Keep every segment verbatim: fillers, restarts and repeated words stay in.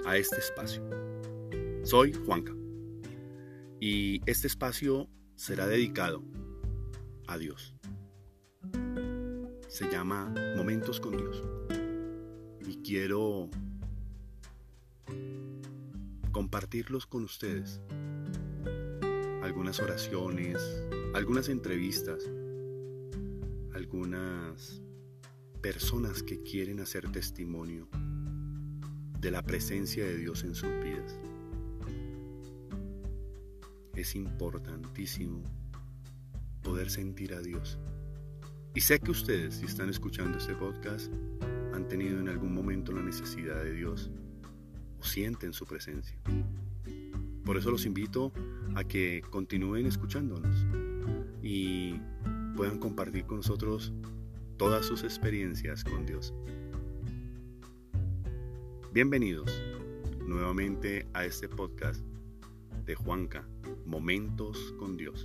a este espacio. Soy Juanca y este espacio será dedicado a Dios. Se llama Momentos con Dios y quiero compartirlos con ustedes. Algunas oraciones, algunas entrevistas, algunas personas que quieren hacer testimonio de la presencia de Dios en sus vidas. Es importantísimo poder sentir a Dios. Y sé que ustedes, si están escuchando este podcast, han tenido en algún momento la necesidad de Dios o sienten su presencia. Por eso los invito a que continúen escuchándonos y puedan compartir con nosotros todas sus experiencias con Dios. Bienvenidos nuevamente a este podcast de Juanca, Momentos con Dios.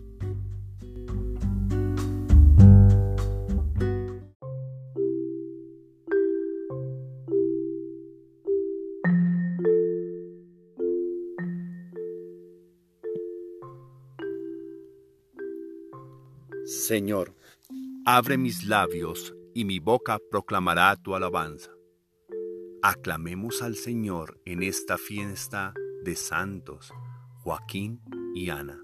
Señor, abre mis labios y mi boca proclamará tu alabanza. Aclamemos al Señor en esta fiesta de santos Joaquín y Ana.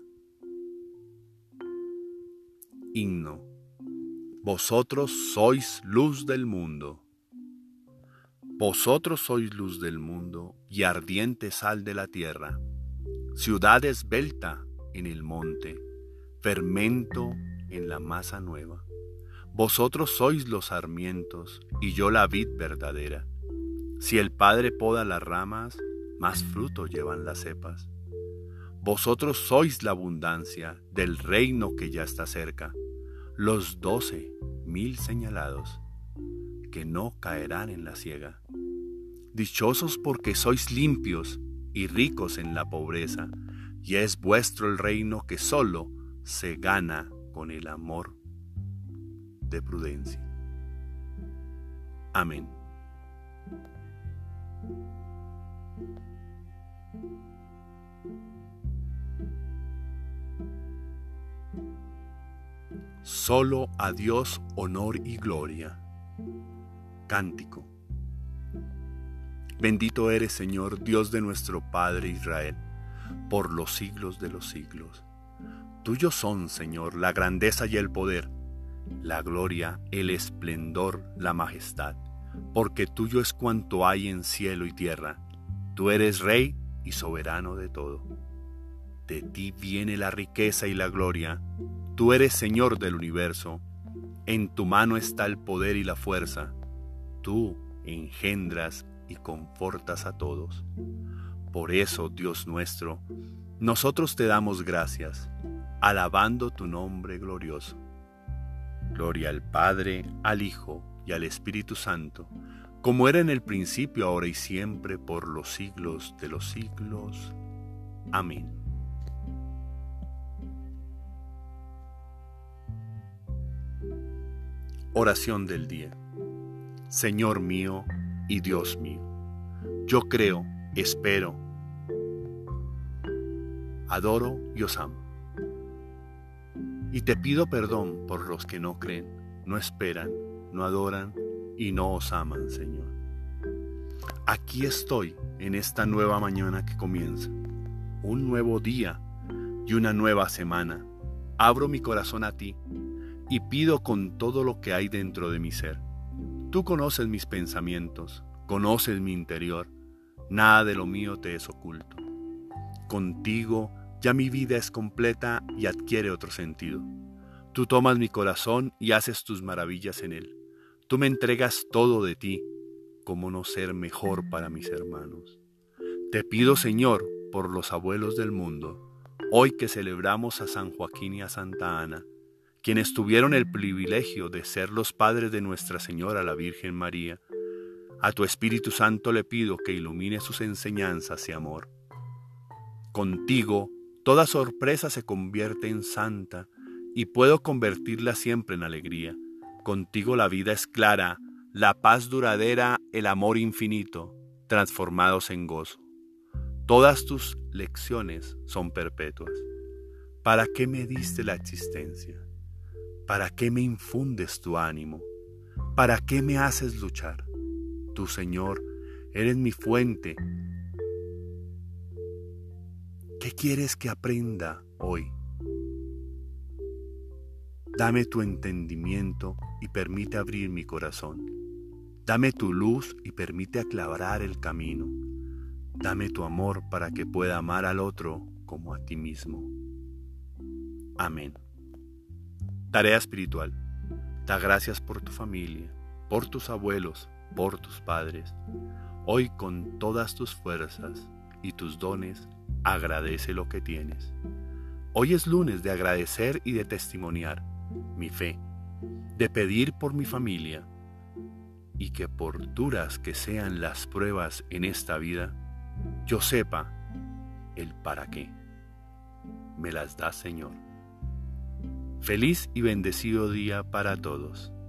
Himno. Vosotros sois luz del mundo. Vosotros sois luz del mundo y ardiente sal de la tierra, ciudad esbelta en el monte, fermento en la masa nueva. Vosotros sois los sarmientos y yo la vid verdadera. Si el Padre poda las ramas, más fruto llevan las cepas. Vosotros sois la abundancia del reino que ya está cerca, los doce mil señalados, que no caerán en la siega. Dichosos porque sois limpios y ricos en la pobreza, y es vuestro el reino que solo se gana con el amor de prudencia. Amén. Solo a Dios honor y gloria. Cántico. Bendito eres, Señor, Dios de nuestro Padre Israel, por los siglos de los siglos. Tuyos son, Señor, la grandeza y el poder, la gloria, el esplendor, la majestad, porque tuyo es cuanto hay en cielo y tierra. Tú eres Rey y soberano de todo. De ti viene la riqueza y la gloria. Tú eres Señor del universo. En tu mano está el poder y la fuerza. Tú engendras y confortas a todos. Por eso, Dios nuestro, nosotros te damos gracias, alabando tu nombre glorioso. Gloria al Padre, al Hijo y al Espíritu Santo, como era en el principio, ahora y siempre, por los siglos de los siglos. Amén. Oración del día. Señor mío y Dios mío, yo creo, espero, adoro y os amo. Y te pido perdón por los que no creen, no esperan, no adoran y no os aman, Señor. Aquí estoy en esta nueva mañana que comienza, un nuevo día y una nueva semana. Abro mi corazón a ti y pido con todo lo que hay dentro de mi ser. Tú conoces mis pensamientos, conoces mi interior, nada de lo mío te es oculto. Contigo ya mi vida es completa y adquiere otro sentido. Tú tomas mi corazón y haces tus maravillas en él. Tú me entregas todo de ti, ¿cómo no ser mejor para mis hermanos? Te pido, Señor, por los abuelos del mundo, hoy que celebramos a San Joaquín y a Santa Ana, quienes tuvieron el privilegio de ser los padres de Nuestra Señora la Virgen María. A tu Espíritu Santo le pido que ilumine sus enseñanzas y amor. Contigo, toda sorpresa se convierte en santa y puedo convertirla siempre en alegría. Contigo la vida es clara, la paz duradera, el amor infinito, transformados en gozo. Todas tus lecciones son perpetuas. ¿Para qué me diste la existencia? ¿Para qué me infundes tu ánimo? ¿Para qué me haces luchar? Tú, Señor, eres mi fuente. ¿Qué quieres que aprenda hoy? Dame tu entendimiento y permite abrir mi corazón. Dame tu luz y permite aclarar el camino. Dame tu amor para que pueda amar al otro como a ti mismo. Amén. Tarea espiritual. Da gracias por tu familia, por tus abuelos, por tus padres. Hoy con todas tus fuerzas y tus dones, agradece lo que tienes. Hoy es lunes de agradecer y de testimoniar mi fe, de pedir por mi familia, y que por duras que sean las pruebas en esta vida, yo sepa el para qué. Me las da, Señor. Feliz y bendecido día para todos.